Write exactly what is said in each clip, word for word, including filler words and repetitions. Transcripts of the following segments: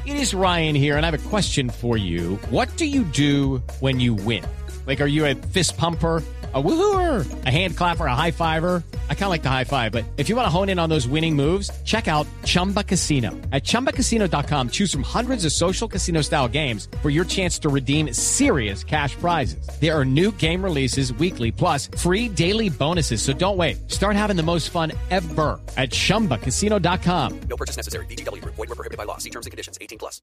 It is Ryan here, and I have a question for you. What do you do when you win? Like, are you a fist pumper, a woohooer, a hand clapper, a high fiver? I kind of like the high five, but if you want to hone in on those winning moves, check out Chumba Casino. At chumba casino dot com, choose from hundreds of social casino style games for your chance to redeem serious cash prizes. There are new game releases weekly, plus free daily bonuses. So don't wait. Start having the most fun ever at chumba casino dot com. No purchase necessary. V G W Group. Void where prohibited by law. See terms and conditions. eighteen plus.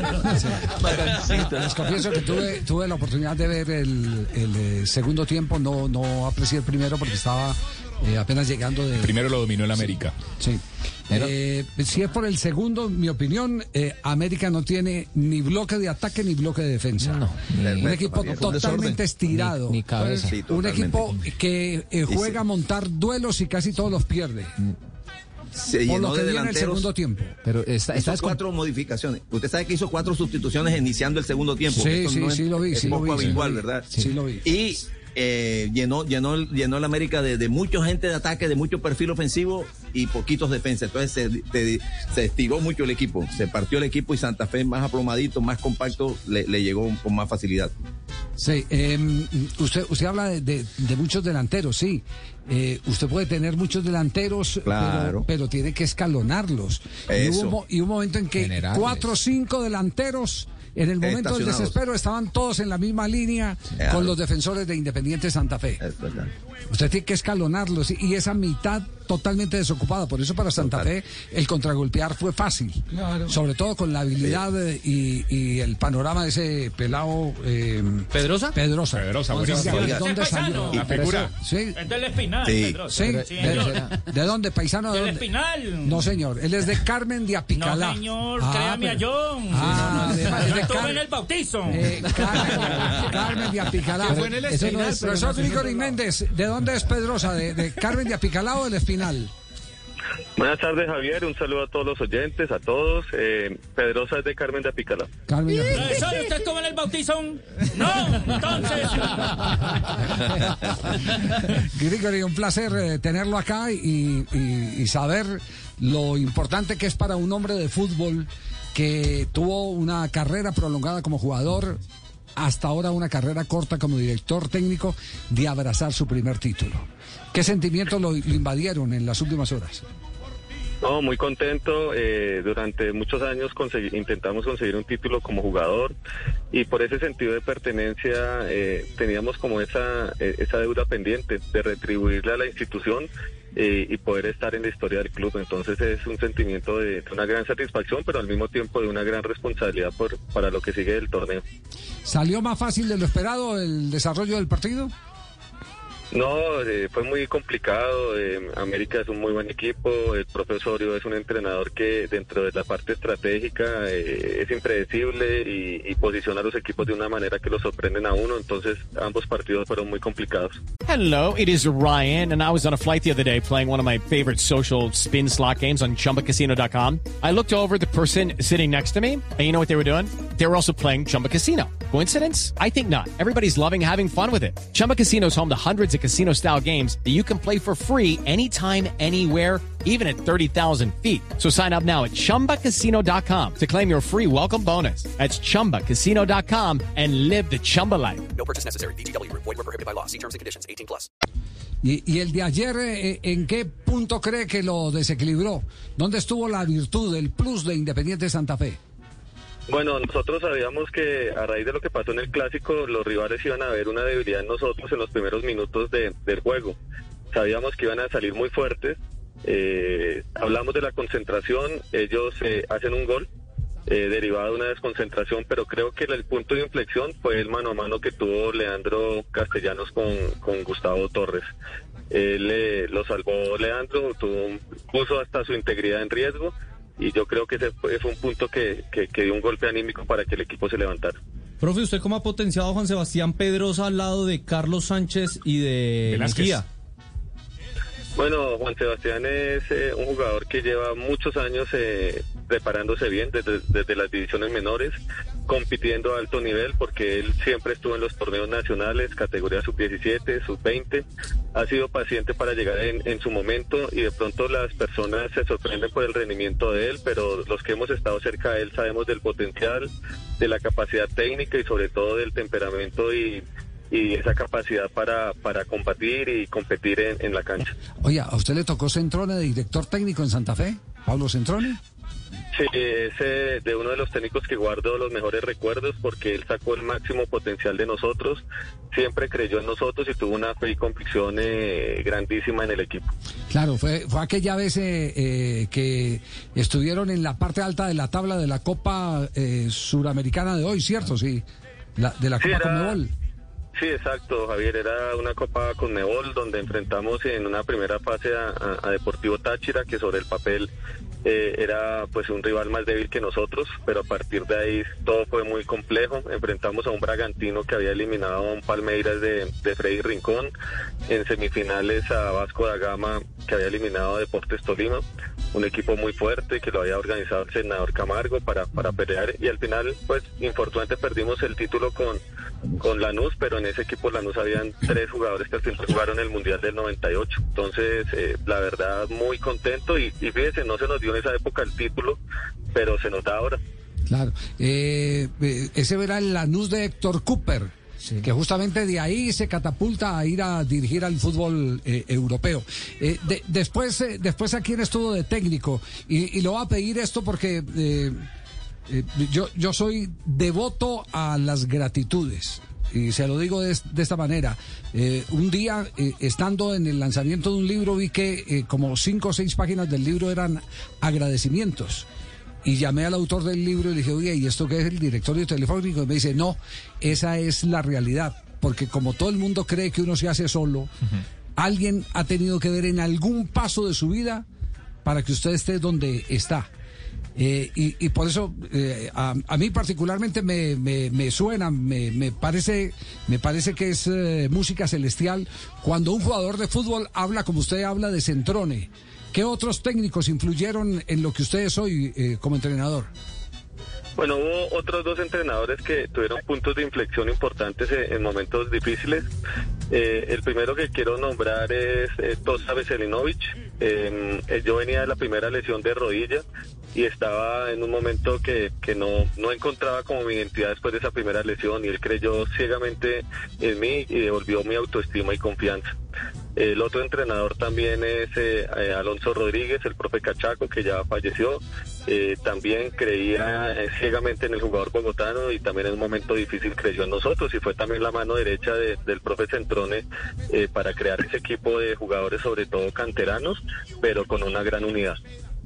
Les confieso que tuve, tuve la oportunidad de ver el, el eh, segundo tiempo. No, no aprecié el primero porque estaba eh, apenas llegando de... Primero lo dominó el América. Sí. Eh, si es por el segundo, mi opinión, eh, América no tiene ni bloque de ataque ni bloque de defensa. No, ni, un equipo totalmente estirado. Ni, ni cabeza. Sí, un equipo que eh, juega a montar duelos y casi todos los pierde. Se por llenó lo que de viene el delanteros. segundo tiempo. Pero está, hizo está cuatro modificaciones. Usted sabe que hizo cuatro sustituciones iniciando el segundo tiempo. Sí, Esto sí, no es, sí lo vi. es sí poco lo vi, habitual, sí lo vi. ¿verdad? Sí, sí lo vi. Y eh, llenó, llenó, llenó el América de, de mucha gente de ataque, de mucho perfil ofensivo y poquitos defensas. Entonces se, te, se estiró mucho el equipo. Se partió el equipo y Santa Fe más aplomadito, más compacto, le, le llegó con más facilidad. Sí, eh, usted, usted habla de, de, de muchos delanteros, sí. Eh, usted puede tener muchos delanteros, claro, pero, pero tiene que escalonarlos. Y hubo, y hubo un momento en que Generales. cuatro o cinco delanteros, en el momento del desespero, estaban todos en la misma línea, claro, con los defensores de Independiente Santa Fe. Usted tiene que escalonarlos y, y esa mitad totalmente desocupada. Por eso para Santa Total. Fe el contragolpear fue fácil. Claro. Sobre todo con la habilidad sí. y, y el panorama de ese pelado... Eh, ¿Pedrosa? Pedrosa. Pedrosa, ¿De, ¿De dónde salió? La figura. Sí. Es del Espinal, sí. Pedrosa. Sí. Sí, ¿De, ¿De dónde? ¿Paisano de del dónde? Espinal. No, señor. Él es de Carmen de Apicalá. No, señor. Ah, Créame pero... a John. Ah, sí, no, no. de, de estuve Car... en el bautizo. Eh, Carmen, Carmen de Apicalá. Fue en el Eso no Espinal, es. Profesor Grigori Méndez, ¿de dónde es Pedrosa? ¿De, de Carmen de Apicalá o del Espinal? Buenas tardes, Javier. Un saludo a todos los oyentes, a todos. Eh, Pedrosa es de Carmen de Apicalá. Carmen de Apicalá. ¿Profesor, usted estuvo en el bautizo? No, entonces. Grigori, un placer eh, tenerlo acá y, y, y saber lo importante que es para un hombre de fútbol que tuvo una carrera prolongada como jugador, hasta ahora una carrera corta como director técnico, de abrazar su primer título. ¿Qué sentimientos lo, lo invadieron en las últimas horas? No, muy contento. Eh, durante muchos años consegui- intentamos conseguir un título como jugador y por ese sentido de pertenencia eh, teníamos como esa, eh, esa deuda pendiente de retribuirle a la institución eh, y poder estar en la historia del club. Entonces es un sentimiento de, de una gran satisfacción, pero al mismo tiempo de una gran responsabilidad por, para lo que sigue del torneo. ¿Salió más fácil de lo esperado el desarrollo del partido? No, eh, fue muy complicado. eh, América es un muy buen equipo. El profesor Osorio es un entrenador que dentro de la parte estratégica eh, es impredecible y, y posiciona a los equipos de una manera que los sorprenden a uno. Entonces ambos partidos fueron muy complicados. Hello, it is Ryan, and I was on a flight the other day playing one of my favorite social spin slot games on chumba casino dot com. I looked over at the person sitting next to me, and you know what they were doing? They were also playing Chumba Casino. Coincidence? I think not. Everybody's loving having fun with it. Chumba Casino is home to hundreds of casino-style games that you can play for free anytime, anywhere, even at thirty thousand feet. So sign up now at chumba casino dot com to claim your free welcome bonus. That's chumba casino dot com and live the Chumba life. No purchase necessary. V G W Group. Void where prohibited by law. See terms and conditions. eighteen plus. Y, y el de ayer, eh, ¿en qué punto cree que lo desequilibró? ¿Dónde estuvo la virtud, el plus de Independiente Santa Fe? Bueno, nosotros sabíamos que a raíz de lo que pasó en el Clásico, los rivales iban a ver una debilidad en nosotros en los primeros minutos de, del juego. Sabíamos que iban a salir muy fuertes. Eh, hablamos de la concentración, ellos eh, hacen un gol eh, derivado de una desconcentración, pero creo que el punto de inflexión fue el mano a mano que tuvo Leandro Castellanos con, con Gustavo Torres. Él eh, lo salvó Leandro, tuvo, puso hasta su integridad en riesgo. Y yo creo que ese fue, fue un punto que, que, que dio un golpe anímico para que el equipo se levantara. Profe, ¿usted cómo ha potenciado a Juan Sebastián Pedrosa al lado de Carlos Sánchez y de Mejía? Bueno, Juan Sebastián es eh, un jugador que lleva muchos años eh, preparándose bien desde, desde las divisiones menores, compitiendo a alto nivel, porque él siempre estuvo en los torneos nacionales, categoría sub diecisiete, sub veinte, ha sido paciente para llegar en, en su momento, y de pronto las personas se sorprenden por el rendimiento de él, pero los que hemos estado cerca de él sabemos del potencial, de la capacidad técnica y sobre todo del temperamento y y esa capacidad para, para combatir y competir en, en la cancha. Oye, ¿a usted le tocó Centrone de director técnico en Santa Fe? ¿Pablo Centrone? Sí, es de uno de los técnicos que guardo los mejores recuerdos, porque él sacó el máximo potencial de nosotros, siempre creyó en nosotros y tuvo una fe y convicción eh, grandísima en el equipo. Claro, fue, fue aquella vez eh, eh, que estuvieron en la parte alta de la tabla de la Copa eh, Suramericana de hoy, ¿cierto? Sí, la, de la sí, Copa era... Conmebol. Sí, exacto, Javier, era una Copa Conmebol donde enfrentamos en una primera fase a, a, a Deportivo Táchira, que sobre el papel eh, era pues un rival más débil que nosotros, pero a partir de ahí todo fue muy complejo. Enfrentamos a un Bragantino que había eliminado a un Palmeiras de, de Freddy Rincón, en semifinales a Vasco da Gama, que había eliminado a Deportes Tolima, un equipo muy fuerte que lo había organizado el senador Camargo para, para pelear, y al final pues infortunadamente perdimos el título con, con Lanús, pero en ese equipo Lanús habían tres jugadores que al final jugaron el Mundial del noventa y ocho, entonces eh, la verdad muy contento, y, y fíjese, no se nos dio en esa época el título, pero se nos da ahora. Claro, eh, ese era el Lanús de Héctor Cooper. Sí. Que justamente de ahí se catapulta a ir a dirigir al fútbol eh, europeo. Eh, de, después, eh, después ¿a quién estuvo de técnico? Y, y lo voy a pedir esto porque eh, eh, yo, yo soy devoto a las gratitudes. Y se lo digo de, de esta manera. Eh, un día, eh, estando en el lanzamiento de un libro, vi que eh, como cinco o seis páginas del libro eran agradecimientos. Y llamé al autor del libro y le dije, oye, ¿y esto qué es el directorio telefónico? Y me dice, no, esa es la realidad. Porque como todo el mundo cree que uno se hace solo, uh-huh. alguien ha tenido que ver en algún paso de su vida para que usted esté donde está. Eh, y, y por eso eh, a, a mí particularmente me, me, me suena, me, me parece me parece que es eh, música celestial cuando un jugador de fútbol habla como usted habla de Centrone. ¿Qué otros técnicos influyeron en lo que usted es hoy eh, como entrenador? Bueno, hubo otros dos entrenadores que tuvieron puntos de inflexión importantes en, en momentos difíciles. Eh, el primero que quiero nombrar es eh, Tosa Veselinovic. Eh, yo venía de la primera lesión de rodilla y estaba en un momento que, que no, no encontraba como mi identidad después de esa primera lesión, y él creyó ciegamente en mí y devolvió mi autoestima y confianza. El otro entrenador también es eh, eh, Alonso Rodríguez, el profe Cachaco, que ya falleció. Eh, también creía eh, ciegamente en el jugador bogotano, y también en un momento difícil creyó en nosotros, y fue también la mano derecha de, del profe Centrone eh, para crear ese equipo de jugadores, sobre todo canteranos, pero con una gran unidad.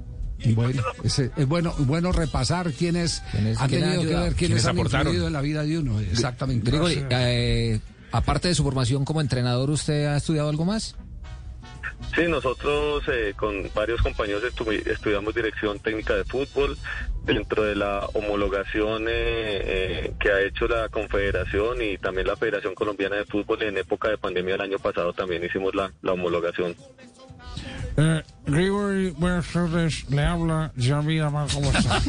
Bueno, es, es bueno bueno repasar quiénes han tenido que ver, quiénes han influido en la vida de uno. Exactamente. Grigori, eh, aparte de su formación como entrenador, ¿usted ha estudiado algo más? Sí, nosotros eh, con varios compañeros estu estudiamos dirección técnica de fútbol dentro de la homologación eh, eh, que ha hecho la Confederación y también la Federación Colombiana de Fútbol. En época de pandemia el año pasado también hicimos la, la homologación. Eh, Grigori, buenas tardes, le habla Javier Amar, ¿cómo está?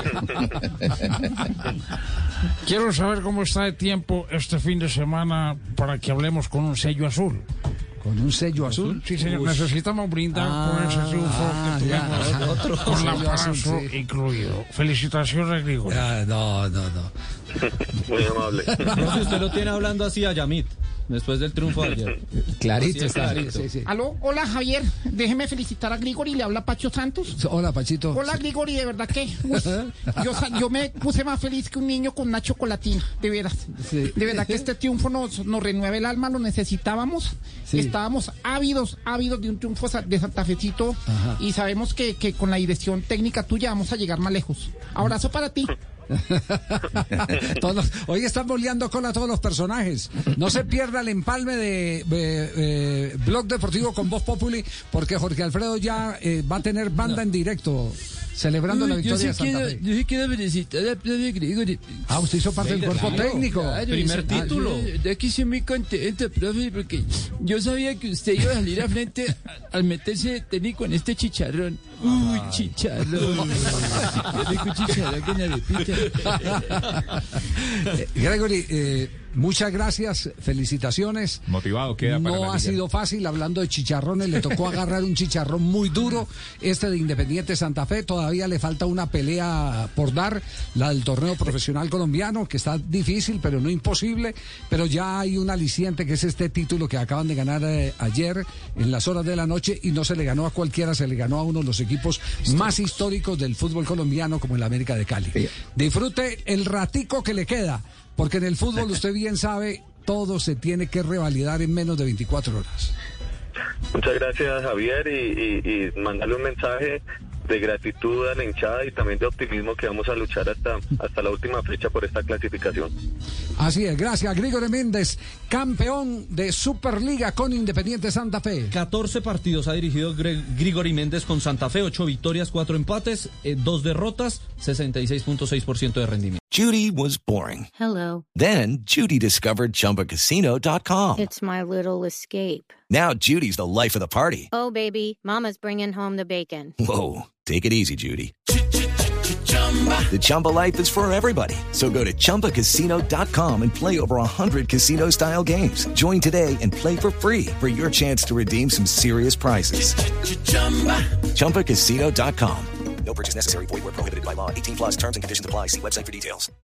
Quiero saber cómo está de tiempo este fin de semana para que hablemos con un sello azul. ¿Con un sello azul? Sí, señor, Uy. necesitamos brindar ah, por ese triunfo ah, que tuvimos ya, otro con la abrazo sí. incluido. Felicitaciones, Grigori. Ah, no, no, no. Muy amable. No, si usted lo tiene hablando así a Yamit, después del triunfo de ayer. Clarito, está. Clarito. Sí, sí. Aló, hola Javier, déjeme felicitar a Grigori, le habla Pacho Santos. Hola Pachito. Hola Grigori, de verdad que uy, yo, yo me puse más feliz que un niño con una chocolatina, de veras. Sí. De verdad que este triunfo nos, nos renueva el alma, lo necesitábamos. Sí. Estábamos ávidos, ávidos de un triunfo de Santa Fecito. Ajá. Y sabemos que, que con la dirección técnica tuya vamos a llegar más lejos. Abrazo para ti. Todos, hoy están boleando cola a todos los personajes. No se pierda el empalme de, de eh, Blog Deportivo con Voz Populi, porque Jorge Alfredo ya eh, va a tener banda en directo celebrando Uy, la victoria de Santa Fe. Yo sí quiero felicitar al profe Grigori. Ah, usted hizo parte del cuerpo claro, técnico. Claro, primer ah, título. Yo, de aquí soy muy contento, profe, porque yo sabía que usted iba a salir a frente al meterse de técnico en este chicharrón. Uy, chicharrón. Rico chicharrón con arepita. Gregory, eh, muchas gracias, felicitaciones. Motivado queda para No la ha liga. sido fácil, hablando de chicharrones, le tocó agarrar un chicharrón muy duro, este de Independiente Santa Fe, todavía le falta una pelea por dar, la del torneo profesional colombiano, que está difícil, pero no imposible, pero ya hay un aliciente que es este título que acaban de ganar eh, ayer en las horas de la noche, y no se le ganó a cualquiera, se le ganó a uno de los equipos más históricos del fútbol colombiano, como el América de Cali. Disfrute el ratico que le queda, porque en el fútbol usted bien sabe, todo se tiene que revalidar en menos de veinticuatro horas. Muchas gracias, Javier, y, y, y mandarle un mensaje de gratitud a la hinchada y también de optimismo que vamos a luchar hasta, hasta la última fecha por esta clasificación. Así es, gracias. Grigori Méndez, campeón de Superliga con Independiente Santa Fe. catorce partidos ha dirigido Gre- Grigori Méndez con Santa Fe, ocho victorias, cuatro empates, eh, dos derrotas, sesenta y seis punto seis por ciento de rendimiento. Judy was boring. Hello. Then Judy discovered Chumba Casino dot com. It's my little escape. Now Judy's the life of the party. Oh, baby, mama's bringing home the bacon. Whoa, take it easy, Judy. The Chumba life is for everybody. So go to Chumba Casino dot com and play over one hundred casino-style games. Join today and play for free for your chance to redeem some serious prizes. Chumba Casino dot com. No purchase necessary. Void where prohibited by law. eighteen plus terms and conditions apply. See website for details.